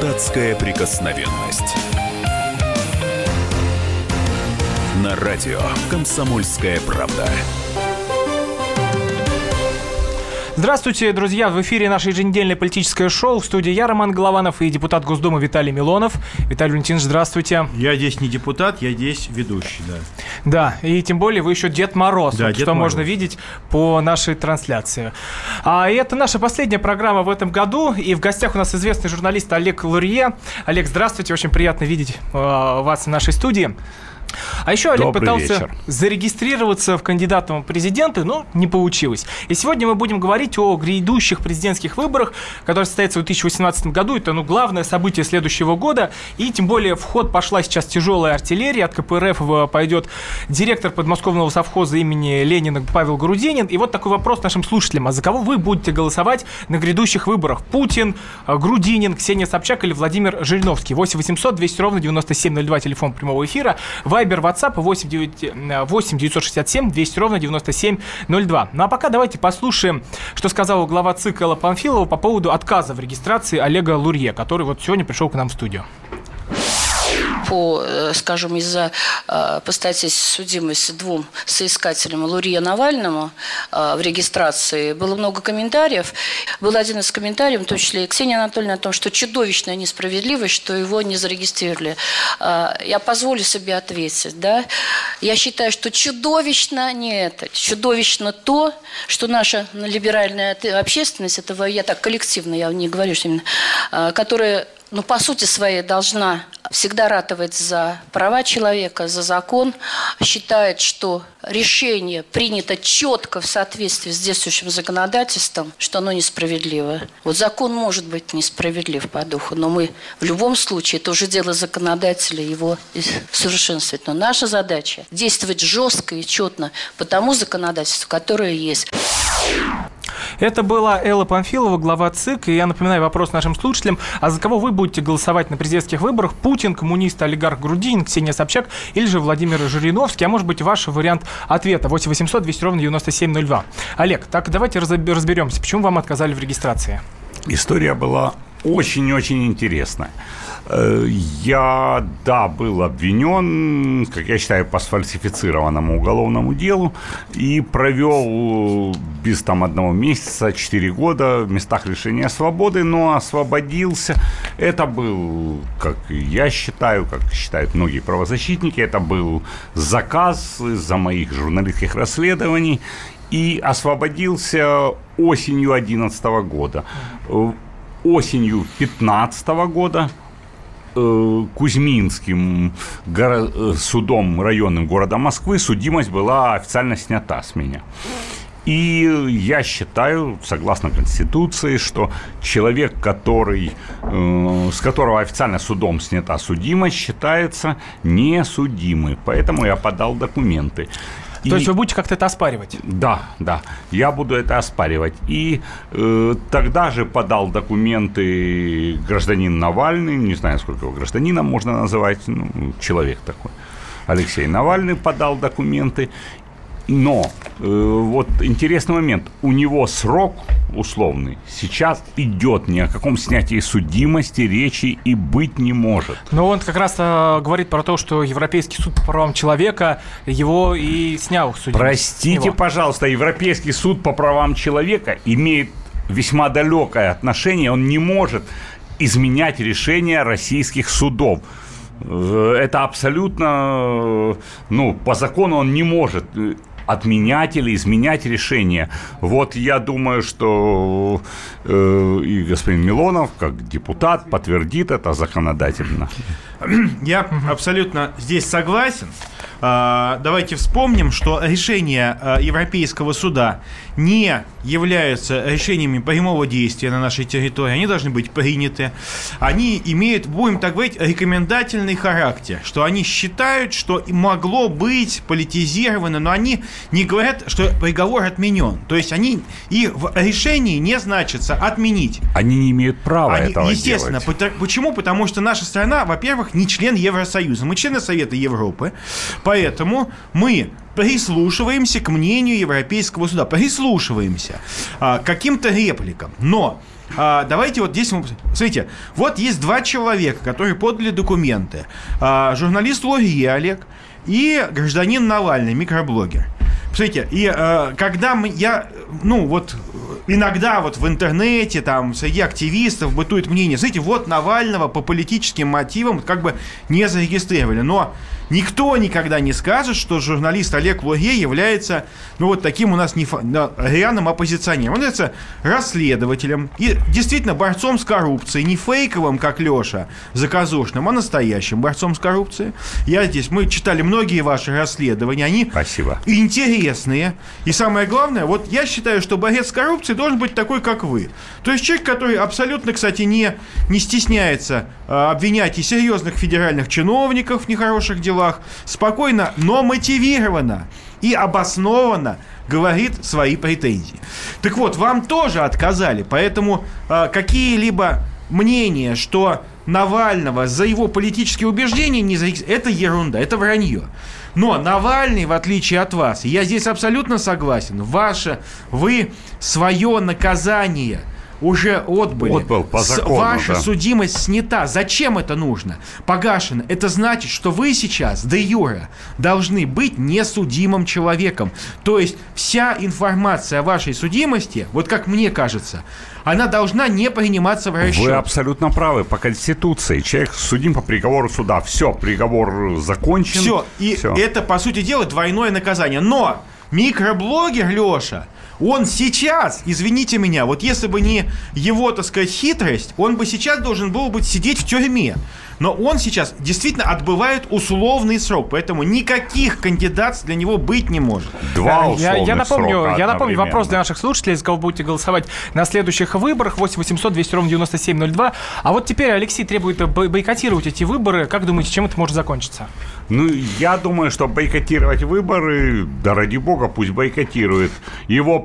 Депутатская прикосновенность. На радио «Комсомольская правда». Здравствуйте, друзья! В эфире наше еженедельное политическое шоу. В студии я, Роман Голованов, и депутат Госдумы Виталий Милонов. Виталий Валентинович, здравствуйте. Я здесь не депутат, я здесь ведущий, да. Да, и тем более вы еще Дед Мороз, да, вот, Дед что Мороз. можно видеть по нашей трансляции. И это наша последняя программа в этом году, и в гостях у нас известный журналист Олег Лурье. Олег, здравствуйте, очень приятно видеть вас в нашей студии. А еще Олег пытался зарегистрироваться в кандидатом в президенты, но не получилось. И сегодня мы будем говорить о грядущих президентских выборах, которые состоятся в 2018 году. Это главное событие следующего года. И тем более в ход пошла сейчас тяжелая артиллерия. От КПРФ пойдет директор подмосковного совхоза имени Ленина Павел Грудинин. И вот такой вопрос нашим слушателям. А за кого вы будете голосовать на грядущих выборах? Путин, Грудинин, Ксения Собчак или Владимир Жириновский? 8 800 200 ровно 9702, телефон прямого эфира. Вайбер, WhatsApp 8 967 200 ровно 9702. Ну а пока давайте послушаем, что сказал глава ЦИК Элла Памфилова по поводу отказа в регистрации Олега Лурье, который вот сегодня пришел к нам в студию. Скажем, из-за по статье судимости двум соискателям Лурье Навальному в регистрации было много комментариев. Был один из комментариев, в том числе и Ксения Анатольевна, о том, что чудовищная несправедливость, что его не зарегистрировали. Я позволю себе ответить. Да? Я считаю, что чудовищно не это. Чудовищно то, что наша либеральная общественность, этого я так коллективно, я не говорю, что именно, которая по сути своей должна всегда ратовать за права человека, за закон, считает, что решение принято четко в соответствии с действующим законодательством, что оно несправедливо. Вот закон может быть несправедлив по духу, но мы в любом случае, это уже дело законодателя, его совершенствовать. Но наша задача – действовать жестко и четко по тому законодательству, которое есть. Это была Элла Памфилова, глава ЦИК. И я напоминаю вопрос нашим слушателям. А за кого вы будете голосовать на президентских выборах? Путин, коммунист, олигарх Грудинин, Ксения Собчак или же Владимир Жириновский? А может быть, ваш вариант ответа? 8 800 200 ровно 9702. Олег, так давайте разберемся. Почему вам отказали в регистрации? История была очень-очень интересная. Я, был обвинен, как я считаю, по сфальсифицированному уголовному делу и провел без 1 месяца 4 года в местах лишения свободы, но освободился. Это был, как я считаю, как считают многие правозащитники, это был заказ из-за моих журналистских расследований, и освободился осенью 2011 года. Осенью 2015 года Кузьминским судом районным города Москвы судимость была официально снята с меня. И я считаю, согласно Конституции, что человек, с которого официально судом снята судимость, считается несудимым. Поэтому я подал документы. То есть вы будете как-то это оспаривать? Да, я буду это оспаривать. И тогда же подал документы гражданин Навальный, не знаю, сколько его гражданином можно называть, человек такой. Алексей Навальный подал документы. Но вот интересный момент, у него срок условный сейчас идет, ни о каком снятии судимости речи и быть не может. Но он как раз говорит про то, что Европейский суд по правам человека его и снял судимость. Простите, пожалуйста, Европейский суд по правам человека имеет весьма далекое отношение, он не может изменять решения российских судов. Это абсолютно, по закону он не может отменять или изменять решение. Вот я думаю, что и господин Милонов, как депутат, подтвердит это законодательно. Я абсолютно здесь согласен. Давайте вспомним, что решения Европейского суда не являются решениями прямого действия на нашей территории. Они должны быть приняты. Они имеют, будем так говорить, рекомендательный характер, что они считают, что могло быть политизировано, но они не говорят, что приговор отменен. То есть и в решении не значится отменить. Они не имеют права этого естественно, делать. Почему? Потому что наша страна, во-первых, не член Евросоюза. Мы члены Совета Европы. Поэтому мы прислушиваемся к мнению Европейского суда, прислушиваемся к каким-то репликам. Но давайте вот здесь, смотрите, вот есть два человека, которые подали документы. Журналист Лурье Олег и гражданин Навальный, микроблогер. Смотрите, и когда иногда вот в интернете, там, среди активистов бытует мнение, знаете, вот Навального по политическим мотивам как бы не зарегистрировали, но никто никогда не скажет, что журналист Олег Лурье является, вот таким у нас рьяным оппозиционером. Он является расследователем и действительно борцом с коррупцией, не фейковым, как Леша, заказушным, а настоящим борцом с коррупцией. Мы читали многие ваши расследования, они Спасибо. Интересные. И самое главное, вот я считаю, что борец с коррупцией должен быть такой, как вы. То есть человек, который абсолютно, кстати, не стесняется обвинять и серьезных федеральных чиновников в нехороших делах, спокойно, но мотивированно и обоснованно говорит свои претензии. Так вот, вам тоже отказали, поэтому какие-либо мнения, что Навального за его политические убеждения это ерунда, это вранье. Но Навальный, в отличие от вас, я здесь абсолютно согласен, вы свое наказание уже отбыли. Отбыл по закону, ваша судимость снята. Зачем это нужно? Погашено. Это значит, что вы сейчас, де юре, должны быть несудимым человеком. То есть вся информация о вашей судимости, вот как мне кажется, она должна не приниматься в расчет. Вы абсолютно правы. По Конституции человек судим по приговору суда. Все, приговор закончен. Все. Это, по сути дела, двойное наказание. Но микроблогер Леша, он сейчас, извините меня, вот если бы не его, так сказать, хитрость, он бы сейчас должен был бы сидеть в тюрьме. Но он сейчас действительно отбывает условный срок, поэтому никаких кандидатов для него быть не может. Два условных срока. Я напомню вопрос для наших слушателей, за кого будете голосовать на следующих выборах. 8 800 200 ровно 9702. А вот теперь Алексей требует бойкотировать эти выборы. Как думаете, чем это может закончиться? Я думаю, что бойкотировать выборы, да ради бога, пусть бойкотирует. Его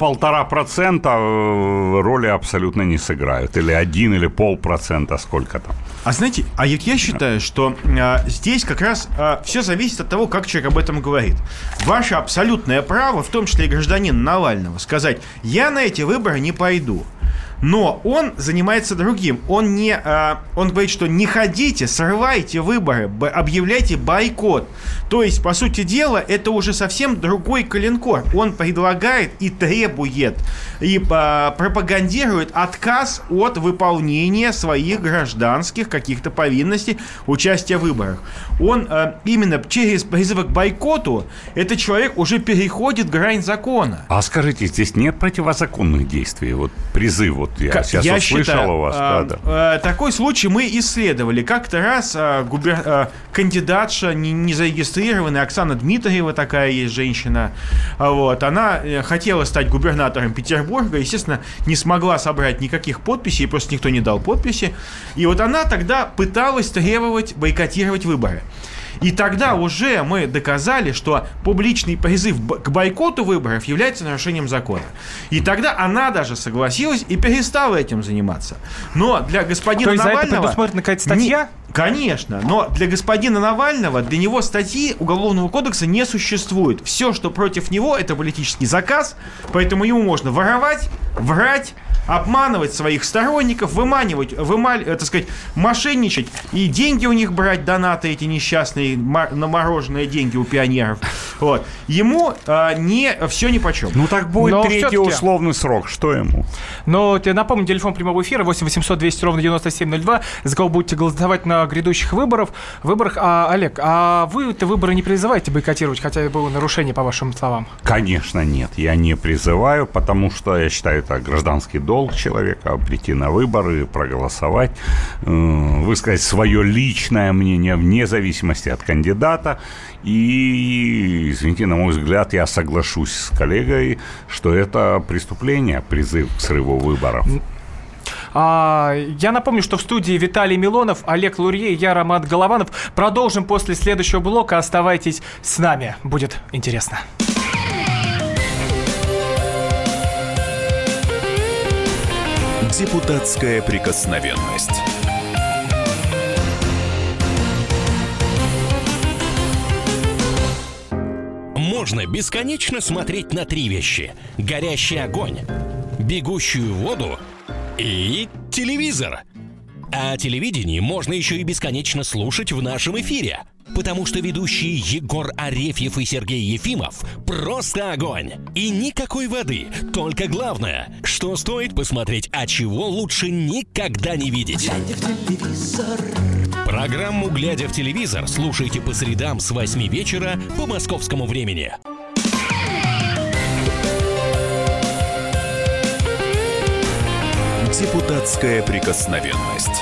1,5% роли абсолютно не сыграют. Или 1, или 0,5%, сколько там. А знаете, я считаю, что здесь как раз все зависит от того, как человек об этом говорит. Ваше абсолютное право, в том числе и гражданина Навального, сказать: я на эти выборы не пойду. Но он занимается другим. Он говорит, что не ходите, срывайте выборы, объявляйте бойкот. То есть, по сути дела, это уже совсем другой коленкор. Он предлагает и требует, и пропагандирует отказ от выполнения своих гражданских каких-то повинностей участия в выборах. Он именно через призыв к бойкоту, этот человек уже переходит грань закона. А скажите, здесь нет противозаконных действий? Вот призыв, я сейчас услышал считаю, у вас. Такой случай мы исследовали. Как-то раз кандидатша не зарегистрированная, Оксана Дмитриева, такая есть женщина, она хотела стать губернатором Петербурга, естественно, не смогла собрать никаких подписей, просто никто не дал подписи. И вот она тогда пыталась требовать бойкотировать выборы. И тогда уже мы доказали, что публичный призыв к бойкоту выборов является нарушением закона. И тогда она даже согласилась и перестала этим заниматься. Но для господина Навального... То есть за это предусмотрена какая-то статья? Конечно, но для господина Навального, для него статьи Уголовного кодекса не существует. Все, что против него, это политический заказ, поэтому ему можно воровать, врать, обманывать своих сторонников, так сказать, мошенничать и деньги у них брать, донаты эти несчастные, намороженные деньги у пионеров. Ему все нипочем. Так будет третий условный срок. Что ему? Но напомню, телефон прямого эфира 8 800 200 ровно 9702. За кого будете голосовать на грядущих выборах. Олег, а вы-то выборы не призываете бойкотировать, хотя и было нарушение, по вашим словам? Конечно, нет. Я не призываю, потому что я считаю, это гражданский долг человека прийти на выборы, проголосовать, высказать свое личное мнение вне зависимости от кандидата. И, извините, на мой взгляд, я соглашусь с коллегой, что это преступление, призыв к срыву выборов. Я напомню, что в студии Виталий Милонов, Олег Лурье и я, Роман Голованов. Продолжим после следующего блока. Оставайтесь с нами. Будет интересно. Депутатская прикосновенность. можно бесконечно смотреть на три вещи: горящий огонь, бегущую воду и телевизор. А телевидение можно еще и бесконечно слушать в нашем эфире, потому что ведущие Егор Арефьев и Сергей Ефимов просто огонь. И никакой воды, только главное, что стоит посмотреть, а чего лучше никогда не видеть. Программу «Глядя в телевизор» слушайте по средам с 8 вечера по московскому времени. Депутатская прикосновенность.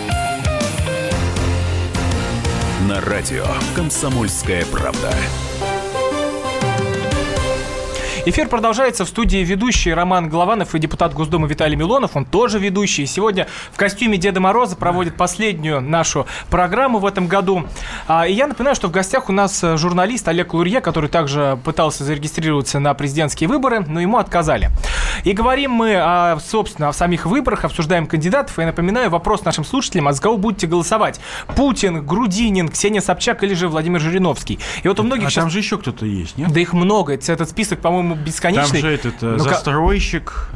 На радио «Комсомольская правда». Эфир продолжается. В студии ведущий Роман Голованов и депутат Госдумы Виталий Милонов. Он тоже ведущий. И сегодня в костюме Деда Мороза проводит последнюю нашу программу в этом году. И я напоминаю, что в гостях у нас журналист Олег Лурье, который также пытался зарегистрироваться на президентские выборы, но ему отказали. И говорим мы, собственно, о самих выборах, обсуждаем кандидатов. И я напоминаю вопрос нашим слушателям: а за кого будете голосовать? Путин, Грудинин, Ксения Собчак или же Владимир Жириновский? И вот у многих там же еще кто-то есть, нет? Да их много. Этот список, по-моему, бесконечный. Там же застройщик.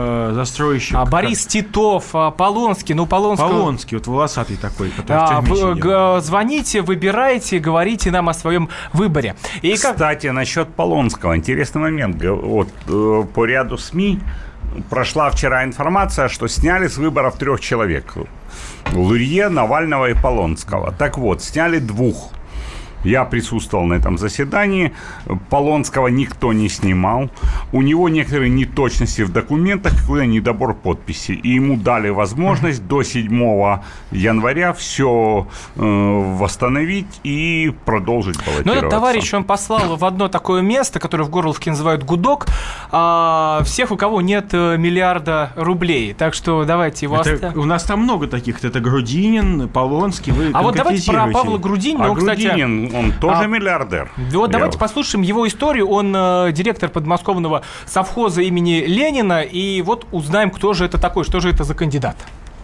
Борис Титов, Полонский. Полонский, вот волосатый такой, который в тюрьме сидел. Звоните, выбирайте, говорите нам о своем выборе. И Кстати, насчет Полонского. Интересный момент. Вот, по ряду СМИ прошла вчера информация, что сняли с выборов 3 человек. Лурье, Навального и Полонского. Так вот, сняли 2. Я присутствовал на этом заседании. Полонского никто не снимал. У него некоторые неточности в документах, какой-то недобор подписи. И ему дали возможность до 7 января все восстановить и продолжить баллотироваться. Но этот товарищ, он послал в одно такое место, которое в Горловке называют гудок, всех, у кого нет миллиарда рублей. Так что давайте его оставим. У нас там много таких. Это Грудинин, Полонский. Вы вот давайте про Павла Грудинина. Грудинин, он тоже миллиардер. Вот давайте послушаем его историю. Он директор подмосковного совхоза имени Ленина. И вот узнаем, кто же это такой, что же это за кандидат.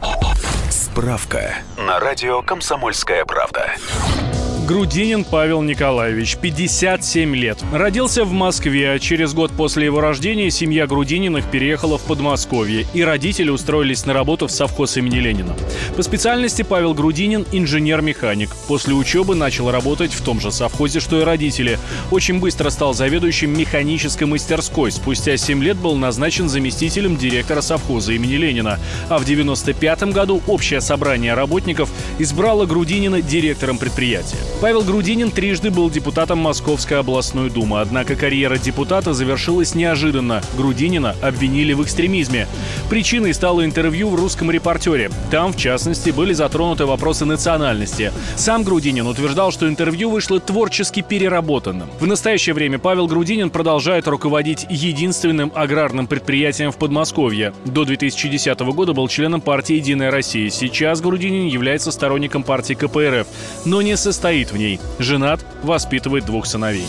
Справка на радио «Комсомольская правда». Грудинин Павел Николаевич, 57 лет. Родился в Москве, а через год после его рождения семья Грудининых переехала в Подмосковье, и родители устроились на работу в совхоз имени Ленина. По специальности Павел Грудинин – инженер-механик. После учебы начал работать в том же совхозе, что и родители. Очень быстро стал заведующим механической мастерской. Спустя 7 лет был назначен заместителем директора совхоза имени Ленина. А в 1995 году общее собрание работников избрало Грудинина директором предприятия. Павел Грудинин трижды был депутатом Московской областной думы, однако карьера депутата завершилась неожиданно. Грудинина обвинили в экстремизме. Причиной стало интервью в «Русском репортере». Там, в частности, были затронуты вопросы национальности. Сам Грудинин утверждал, что интервью вышло творчески переработанным. В настоящее время Павел Грудинин продолжает руководить единственным аграрным предприятием в Подмосковье. До 2010 года был членом партии «Единая Россия». Сейчас Грудинин является сторонником партии КПРФ, но не состоит в ней. Женат, воспитывает 2 сыновей.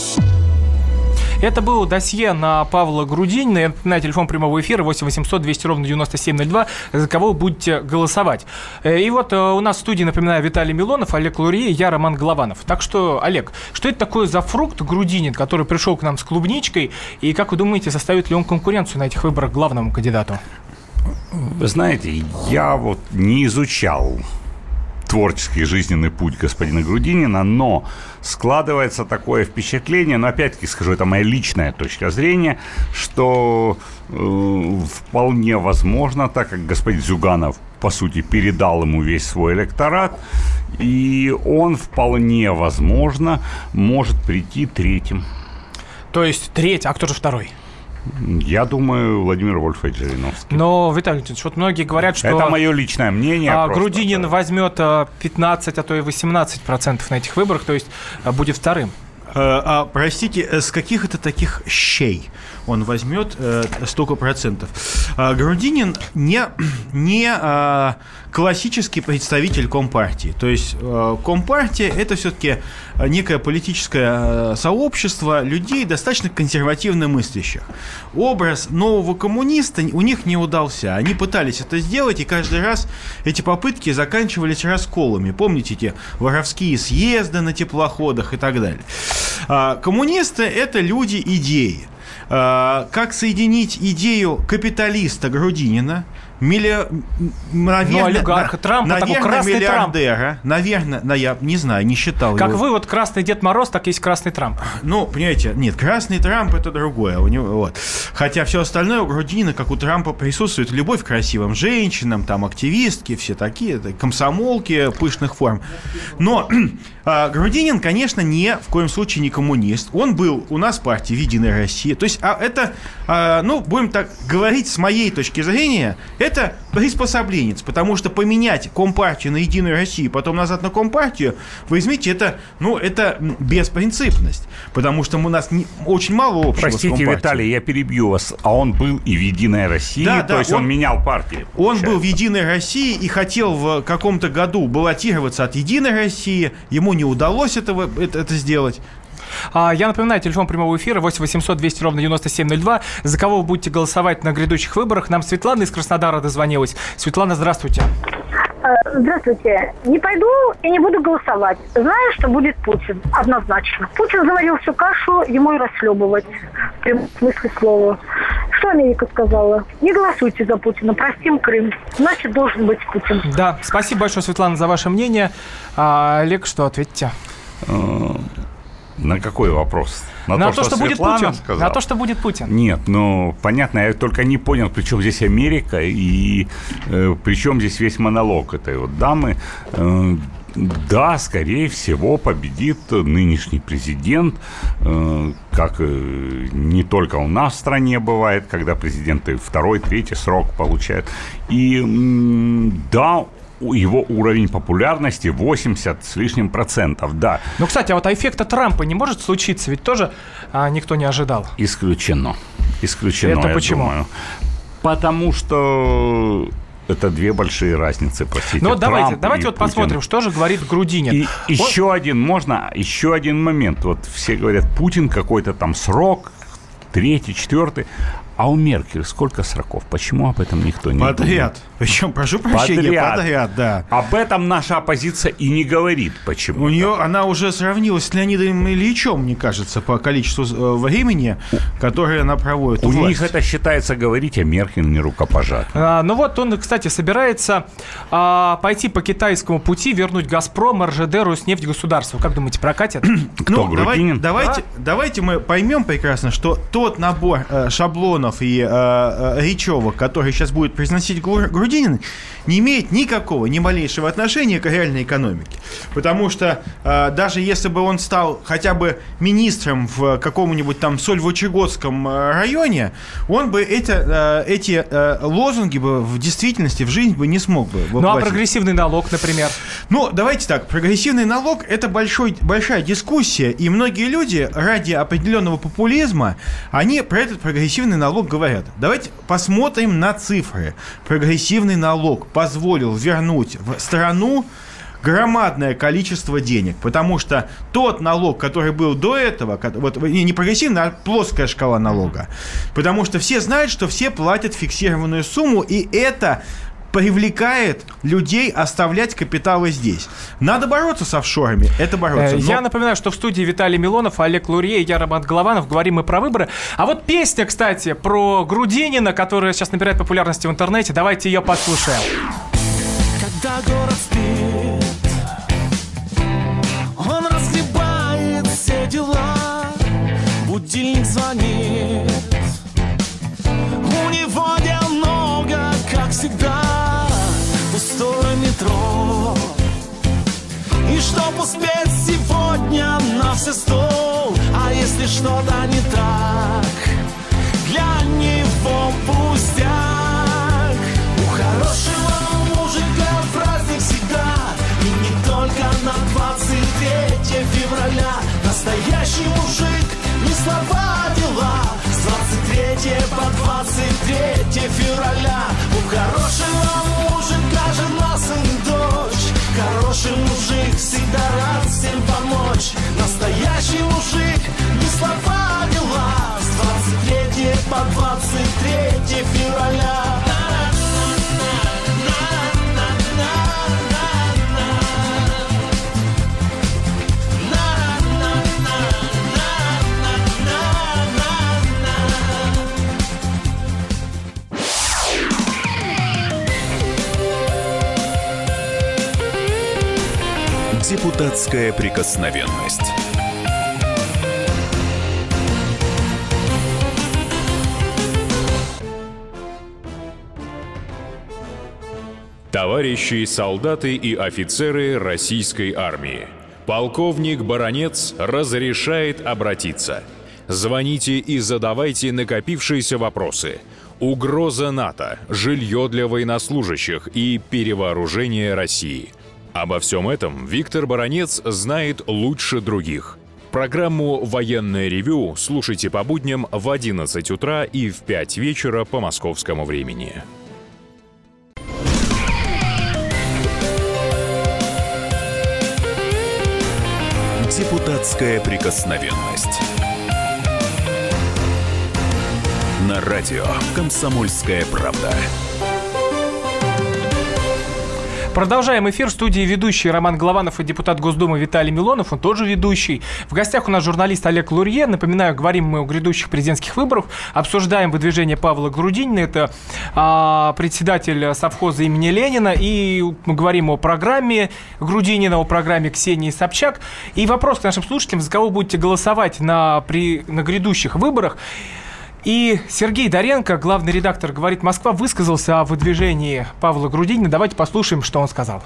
Это было досье на Павла Грудинина. На телефон прямого эфира 8 800 200 ровно 9702. За кого вы будете голосовать? И вот у нас в студии, напоминаю, Виталий Милонов, Олег Лурье, я Роман Голованов. Так что, Олег, что это такое за фрукт Грудинин, который пришел к нам с клубничкой? И как вы думаете, составит ли он конкуренцию на этих выборах главному кандидату? Вы знаете, я вот не изучал творческий жизненный путь господина Грудинина, но складывается такое впечатление, но опять-таки скажу, это моя личная точка зрения, что вполне возможно, так как господин Зюганов, по сути, передал ему весь свой электорат, и он вполне возможно может прийти 3-м. То есть 3-й, а кто же 2-й? Я думаю, Владимир Вольфович Жириновский. Но, Виталий Леонидович, вот многие говорят, что... Это мое личное мнение. Грудинин возьмет 15, а то и 18% на этих выборах, то есть будет 2-м. Простите, с каких это таких щей он возьмет столько процентов? Грудинин не классический представитель Компартии. То есть Компартия – это все-таки некое политическое сообщество людей, достаточно консервативно мыслящих. Образ нового коммуниста у них не удался. Они пытались это сделать, и каждый раз эти попытки заканчивались расколами. Помните эти воровские съезды на теплоходах и так далее. Коммунисты – это люди идеи. Как соединить идею капиталиста Грудинина, олигарха Трампа, такой красный миллиардера, наверное, я не знаю, не считал как его. вы, вот красный Дед Мороз, так есть красный Трамп. Ну, понимаете, нет, красный Трамп – это другое. У него, вот. Хотя все остальное у Грудинина, как у Трампа, присутствует любовь к красивым женщинам, там активистки, все такие, комсомолки пышных форм. Но Грудинин, конечно, ни в коем случае не коммунист. Он был у нас в партии «Единая Россия». То есть это, будем так говорить, с моей точки зрения, это приспособленец, потому что поменять Компартию на Единую Россию, потом назад на Компартию, вы извините, это беспринципность, потому что у нас очень мало общего с Компартией. Простите, Виталий, я перебью вас, а он был и в Единой России, то есть он менял партии. Он был в Единой России и хотел в каком-то году баллотироваться от Единой России, ему не удалось это сделать. Я напоминаю, телефон прямого эфира 8 800 200 ровно 9702. За кого вы будете голосовать на грядущих выборах? Нам Светлана из Краснодара дозвонилась. Светлана, здравствуйте. Здравствуйте. Не пойду и не буду голосовать. Знаю, что будет Путин. Однозначно. Путин заварил всю кашу, ему и расхлебывать. В прямом смысле слова. Что Америка сказала? Не голосуйте за Путина, простим Крым. Значит, должен быть Путин. Да, спасибо большое, Светлана, за ваше мнение. Олег, что ответите? На какой вопрос? На то, что будет Путин. Сказала? На то, что будет Путин. Нет, понятно, я только не понял, при чем здесь Америка и при чем здесь весь монолог этой вот дамы. Да, скорее всего, победит нынешний президент, как не только у нас в стране бывает, когда президенты второй, третий срок получают. И да, его уровень популярности 80 с лишним %, да. Ну, кстати, а вот эффекта Трампа не может случиться? Ведь тоже никто не ожидал. Исключено. Это почему? Думаю. Потому что это две большие разницы, простите. Ну, давайте вот посмотрим, что же говорит Грудинин. И еще один момент. Вот все говорят, Путин какой-то там срок, 3-й, 4-й. А у Меркель сколько сроков? Почему об этом никто не подряд. думает? Причем, прошу прощения, подряд, да. Об этом наша оппозиция и не говорит. Почему? Она уже сравнилась с Леонидом Ильичем, мне кажется, по количеству времени, которое она проводит. У них это считается говорить, а Меркель не рукопожатие. Ну вот он, кстати, собирается пойти по китайскому пути, вернуть «Газпром», РЖД, «Роснефть» государству. Как думаете, прокатит? Кто, Грудинин? Давайте мы поймем прекрасно, что тот набор шаблонов и речевок, который сейчас будет произносить Грудинин, не имеет никакого, ни малейшего отношения к реальной экономике. Потому что даже если бы он стал хотя бы министром в каком-нибудь там Сольвычегодском районе, он бы эти лозунги бы в действительности, в жизнь бы не смог бы воплотить. Ну, а прогрессивный налог, например? Ну, давайте так. Прогрессивный налог – это большая дискуссия, и многие люди ради определенного популизма, они про этот прогрессивный налог говорят. Давайте посмотрим на цифры. Прогрессивный налог позволил вернуть в страну громадное количество денег, потому что тот налог, который был до этого, вот не прогрессивный, а плоская шкала налога, потому что все знают, что все платят фиксированную сумму, и это привлекает людей оставлять капиталы здесь. Надо бороться с офшорами. Это бороться. Я напоминаю, что в студии Виталий Милонов, Олег Лурье и я, Роман Голованов. Говорим мы про выборы. А вот песня, кстати, про Грудинина, которая сейчас набирает популярности в интернете. Давайте ее послушаем. Когда город спит, он разгребает все дела, будильник звонит, у него дел много, как всегда. Пустое метро. И чтоб успеть сегодня на все 100, а если что-то не так, для него пустяк. У хорошего мужика праздник всегда, и не только на 23 февраля. Настоящий мужик, не слова, а дела. С 23 по 23 февраля. У хорошего мужика жена, сын и дочь. Хороший мужик всегда рад всем помочь. Настоящий мужик, не слова, а дела. С 23 по 23 февраля. Депутатская прикосновенность. Товарищи солдаты и офицеры российской армии, полковник Баранец разрешает обратиться. Звоните и задавайте накопившиеся вопросы. Угроза НАТО, жилье для военнослужащих и перевооружение России. Обо всем этом Виктор Баранец знает лучше других. Программу «Военное ревю» слушайте по будням в 11 утра и в 5 вечера по московскому времени. Депутатская прикосновенность. На радио «Комсомольская правда». Продолжаем эфир. В студии ведущий Роман Голованов и депутат Госдумы Виталий Милонов. Он тоже ведущий. В гостях у нас журналист Олег Лурье. Напоминаю, говорим мы о грядущих президентских выборах. Обсуждаем выдвижение Павла Грудинина. Это председатель совхоза имени Ленина. И мы говорим о программе Грудинина, о программе Ксении Собчак. И вопрос к нашим слушателям: за кого будете голосовать на грядущих выборах? И Сергей Доренко, главный редактор «Говорит Москва», высказался о выдвижении Павла Грудинина. Давайте послушаем, что он сказал.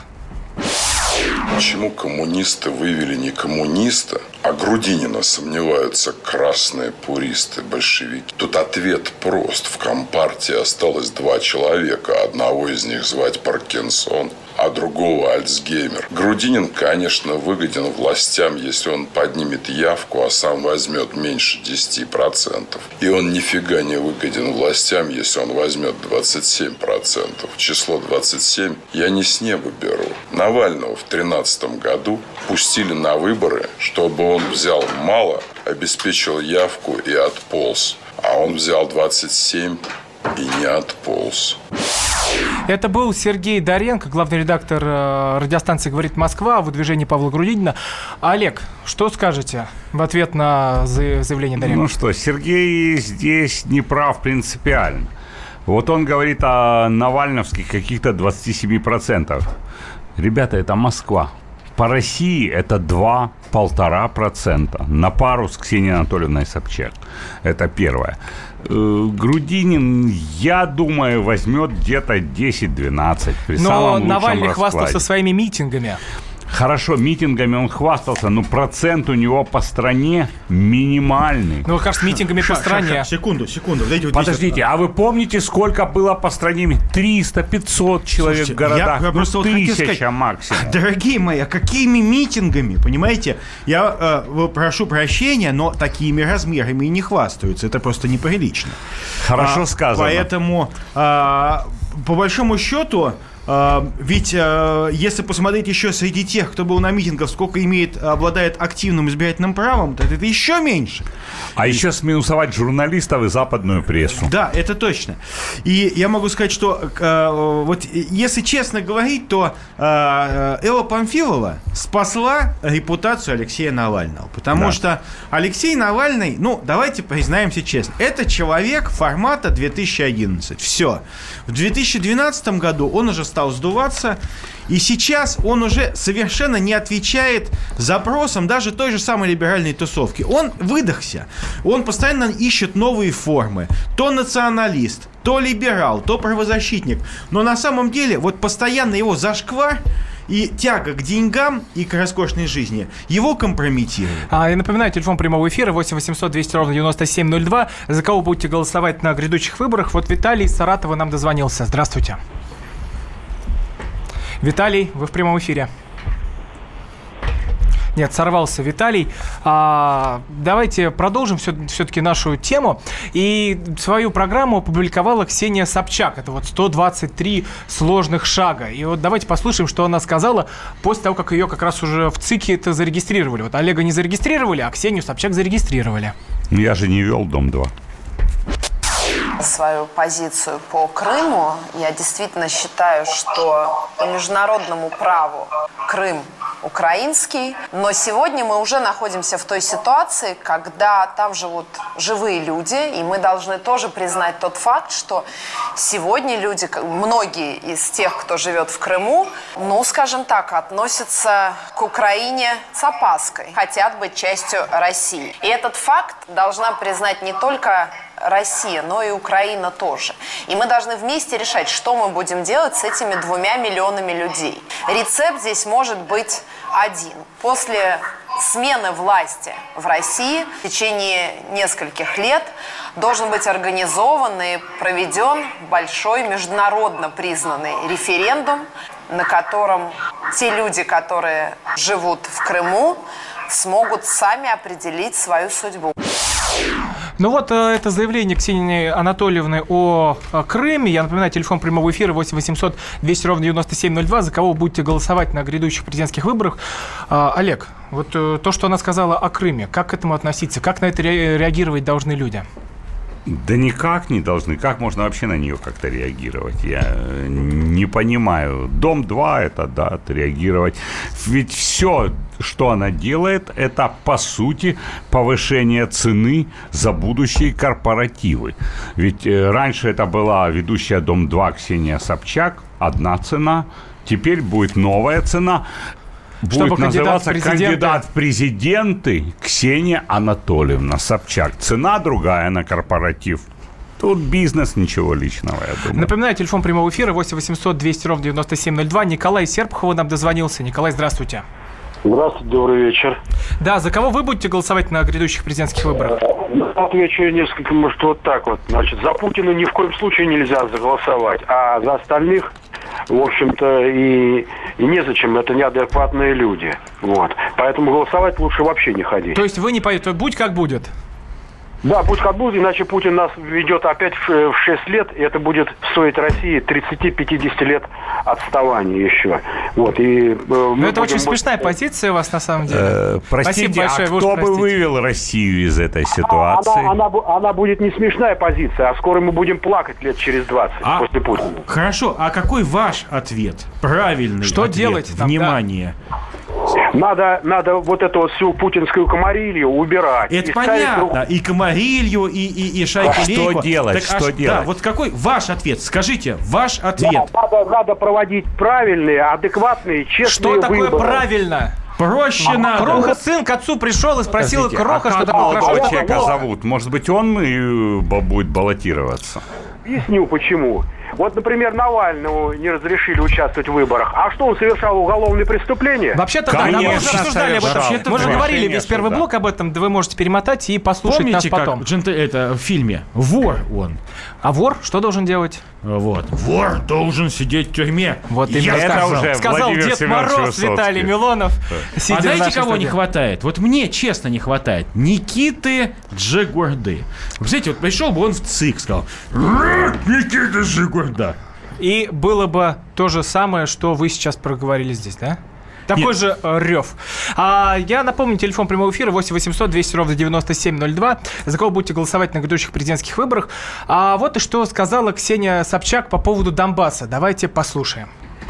Почему коммунисты вывели не коммуниста, а Грудинина сомневаются красные пуристы, большевики? Тут ответ прост. В Компартии осталось 2 человека. Одного из них звать Паркинсон, а другого Альцгеймер. Грудинин, конечно, выгоден властям, если он поднимет явку, а сам возьмет меньше 10%. И он нифига не выгоден властям, если он возьмет 27%. Число 27 я не с неба беру. Навального в 2013 году пустили на выборы, чтобы он взял мало, обеспечил явку и отполз. А он взял 27 и не отполз. Это был Сергей Доренко, главный редактор радиостанции «Говорит Москва», о выдвижении Павла Грудинина. Олег, что скажете в ответ на заявление Доренко? Ну что, Сергей здесь не прав принципиально. Вот он говорит о навальновских каких-то 27%. Ребята, это Москва. По России это 2-1,5% на пару с Ксенией Анатольевной Собчак. Это первое. Грудинин, я думаю, возьмет где-то 10-12 при самом лучшем раскладе. Но Навальный хвастался своими митингами. Хорошо, митингами он хвастался, но процент у него по стране минимальный. Ну, как с митингами по стране. Секунду. Подождите, а вы помните, сколько было по стране? 300-500 человек. Слушайте, в городах, я просто 1000 максимум. Дорогие мои, а какими митингами, понимаете? Я прошу прощения, но такими размерами и не хвастаются. Это просто неприлично. Хорошо сказано. Поэтому, по большому счету, ведь если посмотреть еще среди тех, кто был на митингах, сколько обладает активным избирательным правом, то это еще меньше. А еще сминусовать журналистов и западную прессу. Да, это точно. И я могу сказать, что вот если честно говорить, то Элла Памфилова спасла репутацию Алексея Навального. Потому что Алексей Навальный, давайте признаемся честно, это человек формата 2011. Все. В 2012 году он уже стал сдуваться, и сейчас он уже совершенно не отвечает запросам даже той же самой либеральной тусовки. Он выдохся. Он постоянно ищет новые формы. То националист, то либерал, то правозащитник. Но на самом деле вот постоянно его зашквар и тяга к деньгам и к роскошной жизни его компрометирует. Я напоминаю, телефон прямого эфира 8 800 200 ровно 9702. За кого будете голосовать на грядущих выборах? Вот Виталий из Саратова нам дозвонился. Здравствуйте. Виталий, вы в прямом эфире. Нет, сорвался Виталий. Давайте продолжим все-таки нашу тему. И свою программу опубликовала Ксения Собчак. Это вот 123 сложных шага. И вот давайте послушаем, что она сказала после того, как ее как раз уже в ЦИКе это зарегистрировали. Вот Олега не зарегистрировали, а Ксению Собчак зарегистрировали. Я же не вел Дом-2. Свою позицию по Крыму. Я действительно считаю, что по международному праву Крым украинский. Но сегодня мы уже находимся в той ситуации, когда там живут живые люди, и мы должны тоже признать тот факт, что сегодня люди, многие из тех, кто живет в Крыму, ну, скажем так, относятся к Украине с опаской, хотят быть частью России. И этот факт должна признать не только Россия, но и Украина тоже. И мы должны вместе решать, что мы будем делать с этими 2 миллионами людей. Рецепт здесь может быть один. После смены власти в России в течение нескольких лет должен быть организован и проведен большой международно признанный референдум, на котором те люди, которые живут в Крыму, смогут сами определить свою судьбу. Ну вот это заявление Ксении Анатольевны о Крыме. Я напоминаю, телефон прямого эфира 8 800 200 ровно 9702. За кого вы будете голосовать на грядущих президентских выборах? Олег, вот то, что она сказала о Крыме, как к этому относиться? Как на это реагировать должны люди? Да никак не должны. Как можно вообще на нее как-то реагировать? Я не понимаю. Дом-2 это, да, отреагировать. Ведь все, что она делает, это, по сути, повышение цены за будущие корпоративы. Ведь раньше это была ведущая Дом-2 Ксения Собчак, одна цена. Теперь будет новая цена. Будет называться кандидат в президенты Ксения Анатольевна Собчак. Цена другая на корпоратив. Тут бизнес, ничего личного, я думаю. Напоминаю, телефон прямого эфира 8 800 200 ровно 9702. Николай Серпухов нам дозвонился. Николай, здравствуйте. Здравствуйте, добрый вечер. Да, за кого вы будете голосовать на грядущих президентских выборах? Отвечу несколько, может, вот так вот. Значит, за Путина ни в коем случае нельзя заголосовать, а за остальных, в общем-то, и незачем, это неадекватные люди. Вот. Поэтому голосовать лучше вообще не ходить. То есть вы не поедете, будь как будет? Да, будь как будет, иначе Путин нас ведет опять в 6 лет, и это будет стоить России 30-50 лет отставания еще. Вот, и, но это очень смешная позиция у вас на самом деле. Простите, большое, а кто бы вывел Россию из этой ситуации? Она будет не смешная позиция, а скоро мы будем плакать лет через 20 после Путина. Хорошо, а какой ваш ответ? Правильный что ответ. Делать? Внимание. Надо вот эту вот всю путинскую комарилью убирать. Это понятно. И комарилью, и шайку-лейку. Что делать? Так, что делать? Да, вот какой ваш ответ? Скажите, ваш ответ. Надо проводить правильные, адекватные, честные выборы. Что такое правильно? Проще надо. Кроха сын к отцу пришел и спросил Кроха, что такое хорошо. хорошо. Человека зовут. Может быть, он и будет баллотироваться? Объясню, почему. Вот, например, Навальному не разрешили участвовать в выборах. А что, он совершал уголовные преступления? Вообще-то да, мы уже обсуждали об этом. Мы же говорили весь первый блок об этом, да вы можете перемотать и послушать помните, нас потом. Помните, как это в фильме «Вор» он. А вор что должен делать? Вот. Вор должен сидеть в тюрьме. Вот именно сказал Дед Мороз Виталий Милонов. А знаете, кого не хватает? Вот мне, честно, не хватает. Никиты Джигурды. Представляете, вот пришел бы он в ЦИК, сказал: Никита Джигурда. И было бы то же самое, что вы сейчас проговорили здесь, да? Такой же рев. Я напомню, телефон прямого эфира 8 800 200 ровно 9702. За кого будете голосовать на грядущих президентских выборах. Вот и что сказала Ксения Собчак по поводу Донбасса. Давайте послушаем.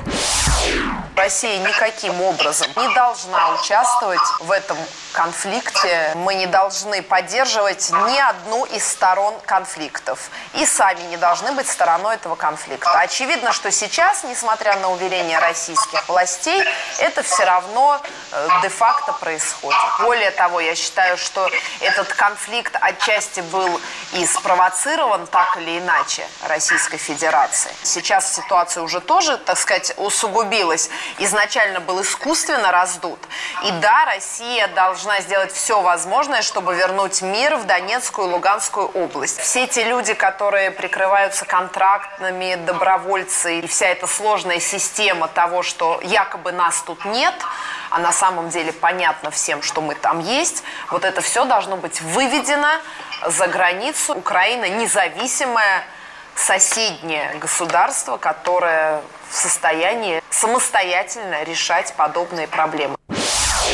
Россия никаким образом не должна участвовать в этом конфликте. Мы не должны поддерживать ни одну из сторон конфликтов. И сами не должны быть стороной этого конфликта. Очевидно, что сейчас, несмотря на уверения российских властей, это все равно де-факто происходит. Более того, я считаю, что этот конфликт отчасти был и спровоцирован так или иначе Российской Федерацией. Сейчас ситуация уже тоже, так сказать, усугубилась. Изначально был искусственно раздут. И да, Россия должна сделать все возможное, чтобы вернуть мир в Донецкую и Луганскую область. Все те люди, которые прикрываются контрактными, добровольцы, и вся эта сложная система того, что якобы нас тут нет, а на самом деле понятно всем, что мы там есть, вот это все должно быть выведено за границу. Украина независимое соседнее государство, которое в состоянии самостоятельно решать подобные проблемы.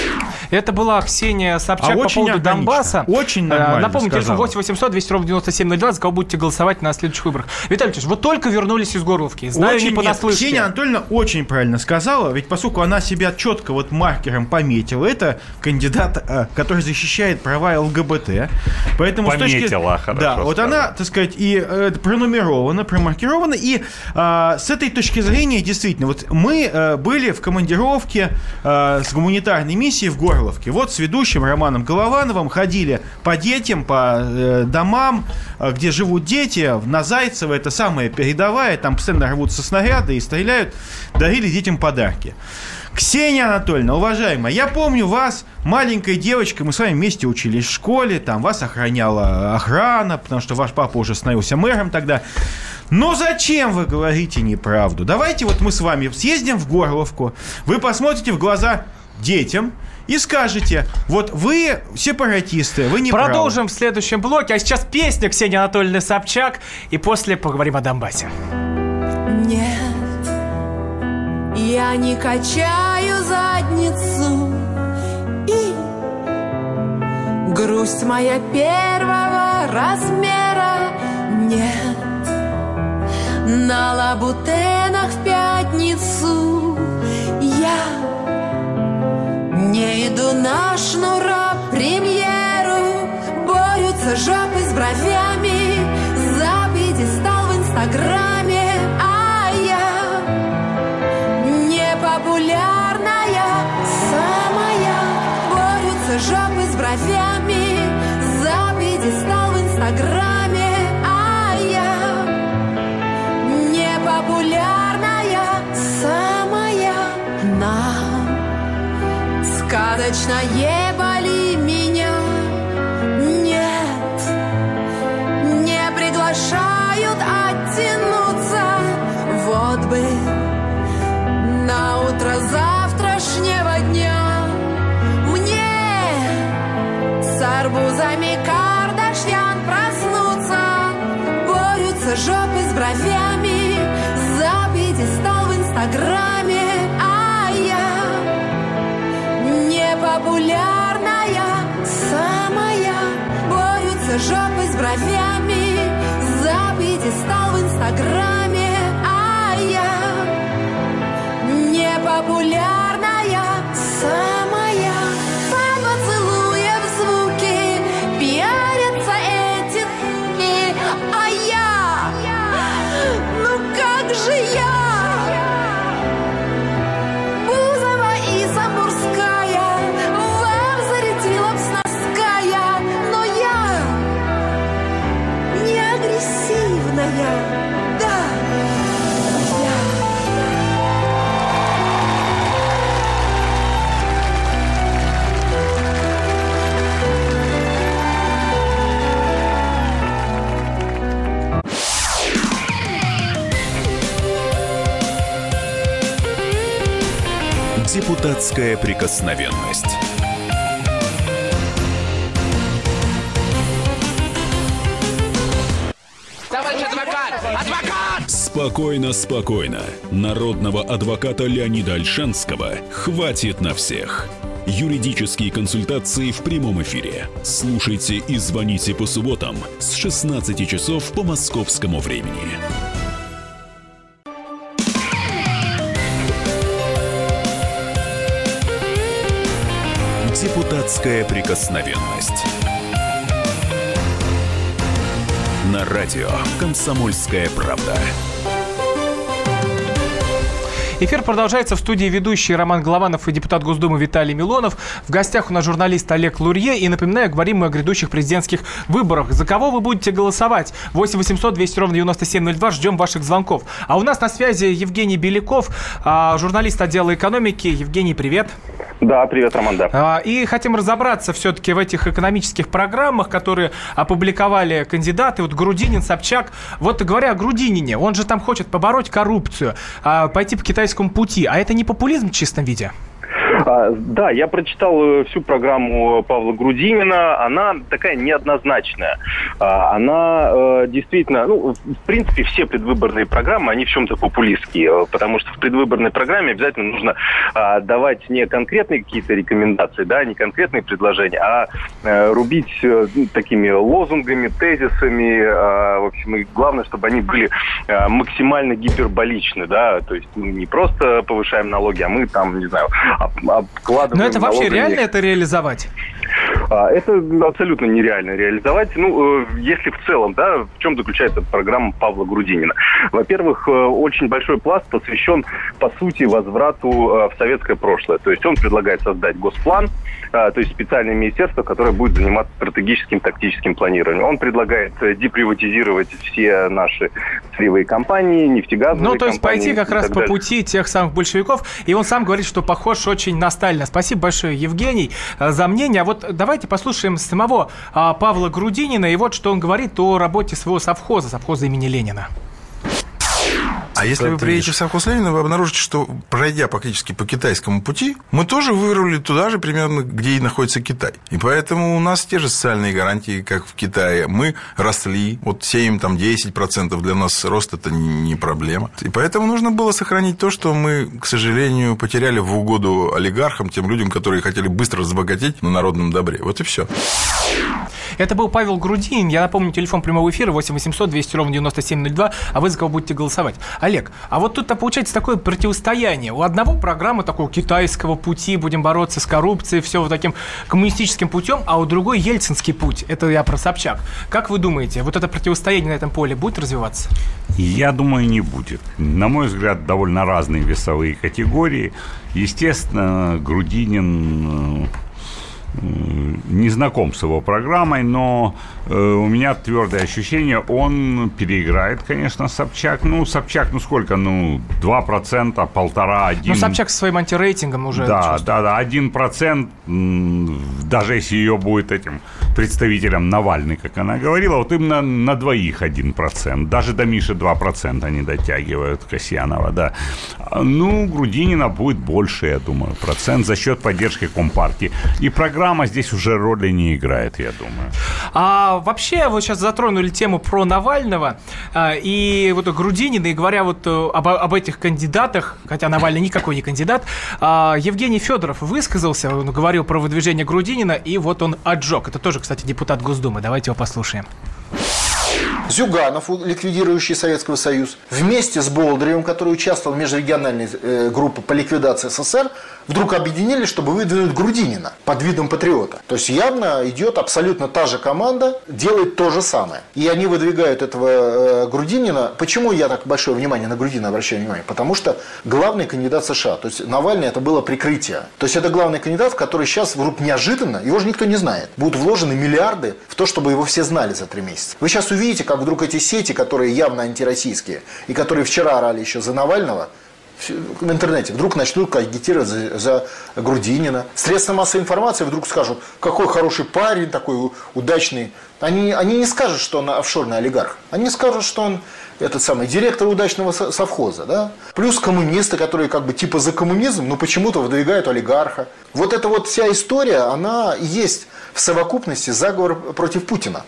Это была Ксения Собчак по поводу Донбасса. Очень нормально. Напомню, телефон 8 800 200 ровно 9702, за кого будете голосовать на следующих выборах. Виталий Ильич, вы только вернулись из Горловки. Знаю, не понаслышке. Ксения Анатольевна очень правильно сказала, ведь поскольку она себя четко вот маркером пометила, это кандидат, который защищает права ЛГБТ. Поэтому пометила, хорошо. Да, вот она, так сказать, и пронумерована, промаркирована. И с этой точки зрения, действительно, вот мы были в командировке с гуманитарной миссией в Горловке. Вот с ведущим Романом Головановым ходили по детям, по домам, где живут дети, на Зайцево, это самая передовая, там постоянно рвутся снаряды и стреляют, дарили детям подарки. Ксения Анатольевна, уважаемая, я помню вас, маленькой девочкой, мы с вами вместе учились в школе, там вас охраняла охрана, потому что ваш папа уже становился мэром тогда. Но зачем вы говорите неправду? Давайте вот мы с вами съездим в Горловку, вы посмотрите в глаза детям и скажете, вот вы сепаратисты, вы не правы. Продолжим в следующем блоке, а сейчас песня Ксении Анатольевны Собчак, и после поговорим о Донбассе. Нет, я не качаю задницу, и грусть моя первого размера. Нет, на лабутенах в пятницу я не иду на шнура премьеру. Борются жопы с бровями за пьедестал в Инстаграме, а я непопулярная самая. Борются жопы с бровями за пьедестал в Инстаграме, а я непопулярная самая. На сказочно ебали меня. Нет, не приглашают оттянуться. Вот бы на утро завтрашнего дня мне с арбузами Кардашьян проснуться. Борются жопы с бровями за пьедестал в Инстаграме, а я непопулярная самая. Борются жопы с бровями за пьедестал в Инстаграме, а я непопулярная самая. По поцелуям в звуке пиарятся эти, а я, ну как же я? Бузова и Самурская вам зарядила б но я не агрессивная, да, я. Депутатская прикосновенность. Товарищ адвокат! Адвокат! Спокойно, спокойно. Народного адвоката Леонида Ольшанского хватит на всех. Юридические консультации в прямом эфире. Слушайте и звоните по субботам с 16 часов по московскому времени. Депутатская прикосновенность. На радио «Комсомольская правда». Эфир продолжается. В студии ведущий Роман Голованов и депутат Госдумы Виталий Милонов. В гостях у нас журналист Олег Лурье. И напоминаю, говорим мы о грядущих президентских выборах. За кого вы будете голосовать? 8 800 200 ровно 9702. Ждем ваших звонков. А у нас на связи Евгений Беляков, журналист отдела экономики. Евгений, привет. Да, привет, Роман, да. И хотим разобраться все-таки в этих экономических программах, которые опубликовали кандидаты. Вот Грудинин, Собчак. Вот говоря о Грудинине, он же там хочет побороть коррупцию, пойти по китайскому пути. А это не популизм в чистом виде? Да, я прочитал всю программу Павла Грудинина. Она такая неоднозначная. Она действительно, в принципе, все предвыборные программы, они в чем-то популистские. Потому что в предвыборной программе обязательно нужно давать не конкретные какие-то рекомендации, да, не конкретные предложения, а рубить такими лозунгами, тезисами. В общем, и главное, чтобы они были максимально гиперболичны, да. То есть не просто повышаем налоги, а мы там, не знаю, обкладываем. Но это вообще реально это реализовать? Это абсолютно нереально реализовать. Если в целом, да, в чем заключается программа Павла Грудинина? Во-первых, очень большой пласт посвящен, по сути, возврату в советское прошлое. То есть он предлагает создать госплан, то есть специальное министерство, которое будет заниматься стратегическим, тактическим планированием. Он предлагает деприватизировать все наши сырьевые компании, нефтегазовые компании. То есть пойти как раз по пути тех самых большевиков. И он сам говорит, что похож очень на Сталина. Спасибо большое, Евгений, за мнение. А вот давайте послушаем самого Павла Грудинина. И вот что он говорит о работе своего совхоза имени Ленина. А если вы приедете в совхоз Ленина, вы обнаружите, что, пройдя практически по китайскому пути, мы тоже вырвали туда же примерно, где и находится Китай. И поэтому у нас те же социальные гарантии, как в Китае. Мы росли, вот сеем там 10%, для нас рост – это не проблема. И поэтому нужно было сохранить то, что мы, к сожалению, потеряли в угоду олигархам, тем людям, которые хотели быстро разбогатеть на народном добре. Вот и все. Это был Павел Грудинин. Я напомню, телефон прямого эфира 8 800 200 ровно 9702. А вы за кого будете голосовать? Олег, а вот тут получается такое противостояние. У одного программы такого китайского пути, будем бороться с коррупцией, все вот таким коммунистическим путем, а у другой ельцинский путь. Это я про Собчак. Как вы думаете, вот это противостояние на этом поле будет развиваться? Я думаю, не будет. На мой взгляд, довольно разные весовые категории. Естественно, Грудинин не знаком с его программой, но у меня твердое ощущение, он переиграет, конечно, Собчак. Собчак, сколько? 2%, 1,5%. Собчак со своим антирейтингом уже. Да, 1%, даже если ее будет этим представителем Навальный, как она говорила, вот именно на двоих 1%. Даже до Миши 2% не дотягивают, Касьянова, да. Грудинина будет больше, я думаю, процент за счет поддержки Компартии. И программа здесь уже роли не играет, я думаю. А вообще, вы сейчас затронули тему про Навального и вот Грудинина, и говоря вот об этих кандидатах, хотя Навальный никакой не кандидат, Евгений Федоров высказался, он говорил про выдвижение Грудинина, и вот он отжег. Это тоже, кстати, депутат Госдумы. Давайте его послушаем. Зюганов, ликвидирующий Советский Союз, вместе с Болдыревым, который участвовал в межрегиональной группе по ликвидации СССР, вдруг объединились, чтобы выдвинуть Грудинина под видом патриота. То есть явно идет абсолютно та же команда, делает то же самое. И они выдвигают этого Грудинина. Почему я так большое внимание на Грудинина обращаю внимание? Потому что главный кандидат США. То есть Навальный это было прикрытие. То есть это главный кандидат, в который сейчас вдруг неожиданно, его же никто не знает, будут вложены миллиарды в то, чтобы его все знали за 3 месяца. Вы сейчас увидите, как вдруг эти сети, которые явно антироссийские, и которые вчера орали еще за Навального, в интернете вдруг начнут агитировать за Грудинина. Средства массовой информации вдруг скажут, какой хороший парень, такой удачный. Они не скажут, что он офшорный олигарх. Они скажут, что он директор удачного совхоза. Да? Плюс коммунисты, которые типа за коммунизм, но почему-то выдвигают олигарха. Вот эта вот вся история, она и есть в совокупности заговор против Путина.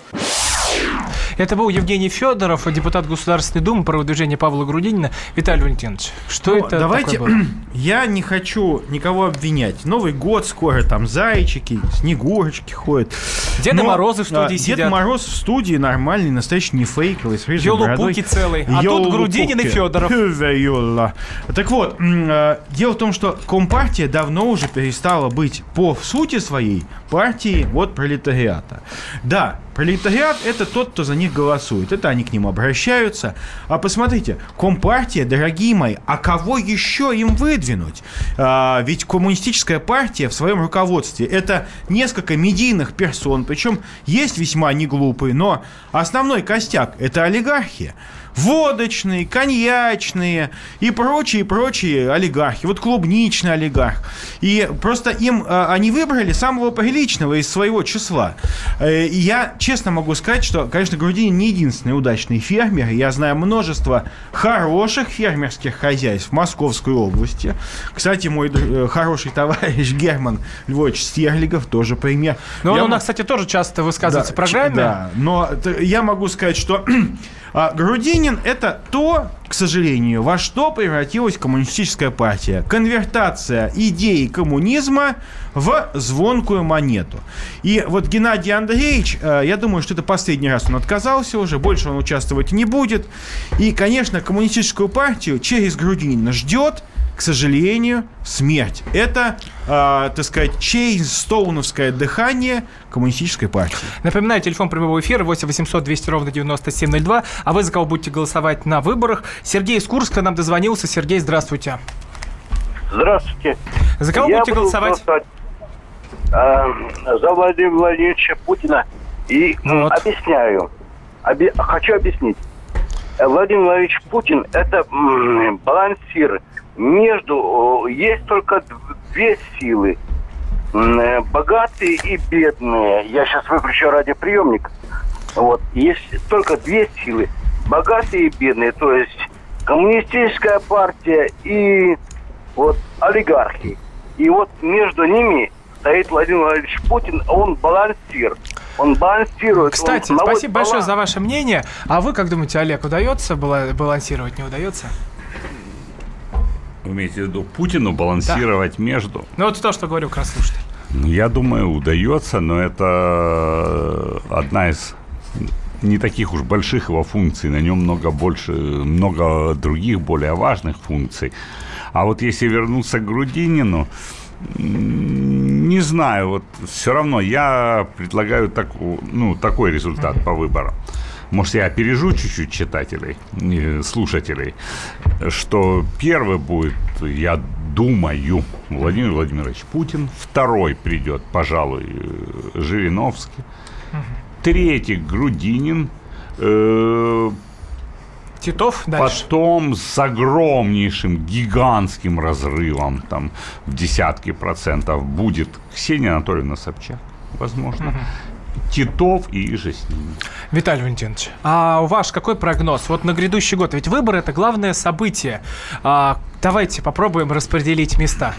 Это был Евгений Федоров, депутат Государственной Думы, про выдвижение Павла Грудинина. Виталий Валентинович, что это давайте, такое было? Я не хочу никого обвинять. Новый год скоро, там зайчики, снегурочки ходят. Деда Морозы в студии сидят. Дед Мороз в студии нормальный, настоящий, не фейковый, с рыжей бородой. Ёлупуки целый. А тут Грудинин и Федоров. Так вот, дело в том, что Компартия давно уже перестала быть по сути своей партией пролетариата. Да, пролетариат – это тот, кто за них голосует. Это они к ним обращаются. А посмотрите, Компартия, дорогие мои, а кого еще им выдвинуть? Ведь коммунистическая партия в своем руководстве – это несколько медийных персон, причем есть весьма неглупые, но основной костяк – это олигархия. водочные, коньячные и прочие олигархи. Вот клубничный олигарх. И просто они выбрали самого приличного из своего числа. И я честно могу сказать, что, конечно, Грудинин не единственный удачный фермер. Я знаю множество хороших фермерских хозяйств в Московской области. Кстати, мой хороший товарищ Герман Львович Стерлигов тоже пример. Но он у нас, кстати, тоже часто высказывается в программе. Да, но я могу сказать, что Грудинин – это то, к сожалению, во что превратилась коммунистическая партия. Конвертация идеи коммунизма в звонкую монету. И вот Геннадий Андреевич, я думаю, что это последний раз он отказался уже, больше он участвовать не будет. И, конечно, коммунистическую партию через Грудинина ждет, к сожалению, смерть. Это, так сказать, чейнстоуновское дыхание коммунистической партии. Напоминаю, телефон прямого эфира 8 800 200 ровно 9702. А вы за кого будете голосовать на выборах? Сергей из Курска нам дозвонился. Сергей, здравствуйте. Здравствуйте. За кого будете голосовать? За Владимира Владимировича Путина. И объясняю. Хочу объяснить. Владимир Владимирович Путин – это балансир между... Есть только две силы. Богатые и бедные. Я сейчас выключу радиоприемник. Вот. Есть только две силы. Богатые и бедные. То есть коммунистическая партия и вот олигархи. И вот между ними стоит Владимир Владимирович Путин. Он балансир. Он балансирует. Кстати, спасибо большое за ваше мнение. А вы как думаете, Олег, удается балансировать, не удается? Вы имеете в виду Путину балансировать между? Ну, вот то, что говорю как раз слушатель. Я думаю, удается, но это одна из не таких уж больших его функций. На нем много других, более важных функций. А вот если вернуться к Грудинину, не знаю, вот все равно я предлагаю такой результат по выборам. Может, я опережу чуть-чуть слушателей, что первый будет, я думаю, Владимир Владимирович Путин, второй придет, пожалуй, Жириновский, третий Грудинин, Титов дальше. Потом с огромнейшим, гигантским разрывом, там, в десятки процентов, будет Ксения Анатольевна Собчак, возможно. Титов и иже с ними. Виталий Валентинович, а ваш какой прогноз? Вот на грядущий год, ведь выборы – это главное событие. Давайте попробуем распределить места.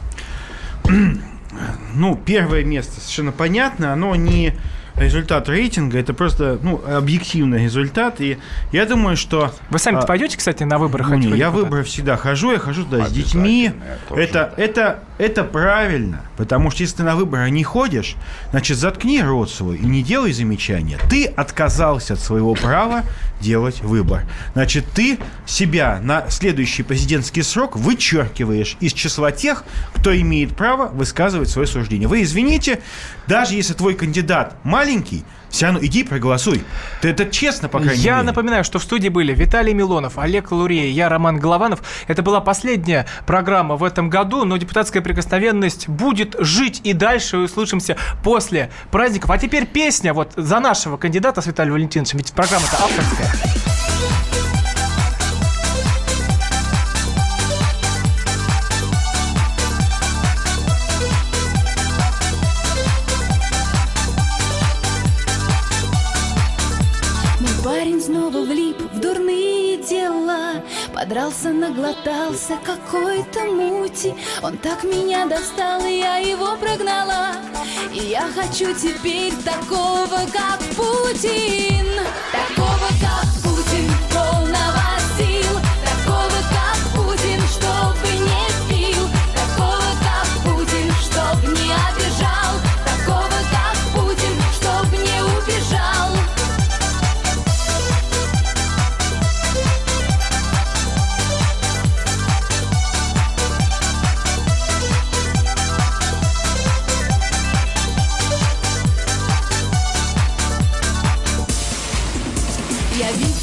Первое место совершенно понятно, оно не результат рейтинга, это просто объективный результат. И я думаю, что... Вы сами-то пойдете, кстати, на выборы? Я выборы всегда хожу, я хожу туда с детьми. Это правильно, потому что если ты на выборы не ходишь, значит, заткни рот свой и не делай замечания. Ты отказался от своего права делать выбор. Значит, ты себя на следующий президентский срок вычеркиваешь из числа тех, кто имеет право высказывать свое суждение. Вы извините, даже если твой кандидат маленький, все равно иди проголосуй. Это честно, по крайней мере. Я напоминаю, что в студии были Виталий Милонов, Олег Лурье, я Роман Голованов. Это была последняя программа в этом году, но депутатская прикосновенность будет жить и дальше. Услышимся после праздников. А теперь песня вот за нашего кандидата с Виталием Валентиновичем. Ведь программа-то авторская. Парень снова влип в дурные дела, подрался, наглотался какой-то мути. Он так меня достал, и я его прогнала. И я хочу теперь такого, как Путин. Такого, как Путин, полного сил. Такого, как Путин, чтобы не пил. Такого, как Путин, чтоб не обижал. Такого, как Путин, чтоб не убежал. Я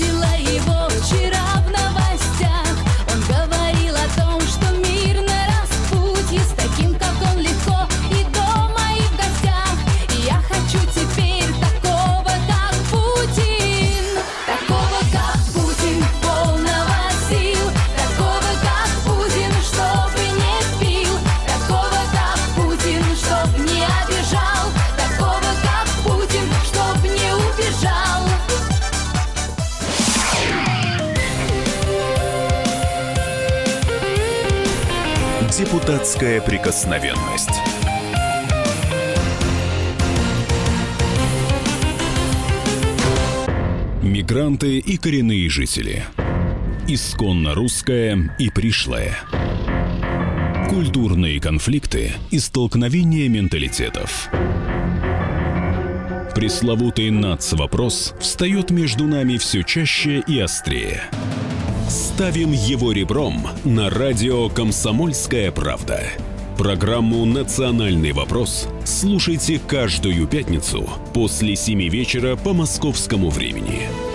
Депутатская прикосновенность. Мигранты и коренные жители. Исконно русское и пришлое. Культурные конфликты и столкновения менталитетов. Пресловутый нацвопрос встает между нами все чаще и острее. Ставим его ребром на радио «Комсомольская правда». Программу «Национальный вопрос» слушайте каждую пятницу после 7 вечера по московскому времени.